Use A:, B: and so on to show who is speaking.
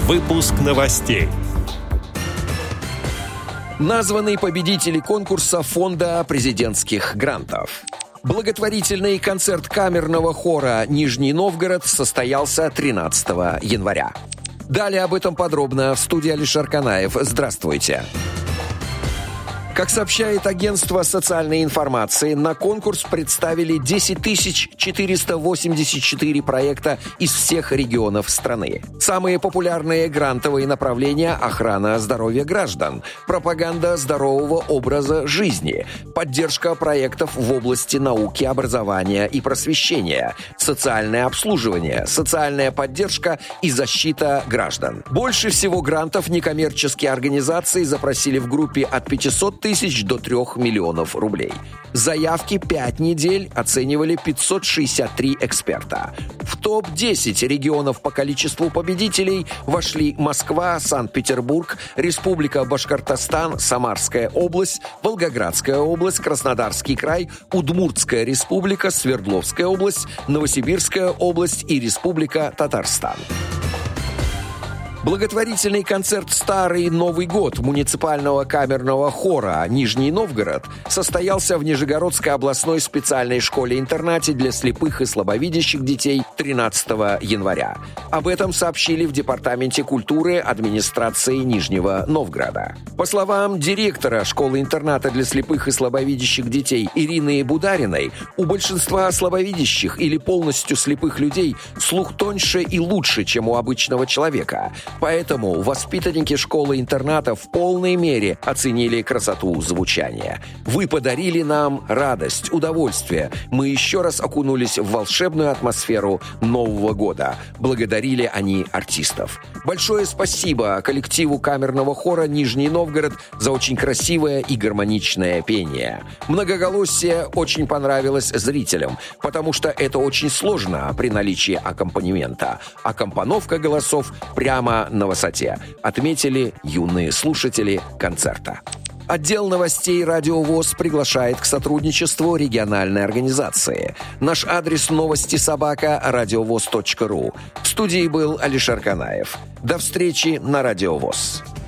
A: Выпуск новостей.
B: Названы победители конкурса Фонда президентских грантов. Благотворительный концерт камерного хора «Нижний Новгород» состоялся 13 января. Далее об этом подробно в студии Алишер Канаев. Здравствуйте. Как сообщает агентство социальной информации, на конкурс представили 10 484 проекта из всех регионов страны. Самые популярные грантовые направления – охрана здоровья граждан, пропаганда здорового образа жизни, поддержка проектов в области науки, образования и просвещения, социальное обслуживание, социальная поддержка и защита граждан. Больше всего грантов некоммерческие организации запросили в группе от 500 тысяч до 3 миллионов рублей. Заявки 5 недель оценивали 563 эксперта. В топ-10 регионов по количеству победителей вошли Москва, Санкт-Петербург, Республика Башкортостан, Самарская область, Волгоградская область, Краснодарский край, Удмуртская республика, Свердловская область, Новосибирская область и Республика Татарстан. Благотворительный концерт «Старый Новый год» муниципального камерного хора «Нижний Новгород» состоялся в Нижегородской областной специальной школе-интернате для слепых и слабовидящих детей 13 января. Об этом сообщили в Департаменте культуры администрации Нижнего Новгорода. По словам директора школы-интерната для слепых и слабовидящих детей Ирины Будариной, у большинства слабовидящих или полностью слепых людей слух тоньше и лучше, чем у обычного человека. Поэтому воспитанники школы-интерната в полной мере оценили красоту звучания. Вы подарили нам радость, удовольствие. Мы еще раз окунулись в волшебную атмосферу Нового года. Благодарили они артистов. Большое спасибо коллективу камерного хора «Нижний Новгород» за очень красивое и гармоничное пение. Многоголосие очень понравилось зрителям, потому что это очень сложно при наличии аккомпанемента. А компоновка голосов прямо на высоте, отметили юные слушатели концерта. Отдел новостей «Радио ВОС» приглашает к сотрудничеству региональной организации. Наш адрес новости@радиовоз.ру. В студии был Алишер Канаев. До встречи на «Радио ВОС».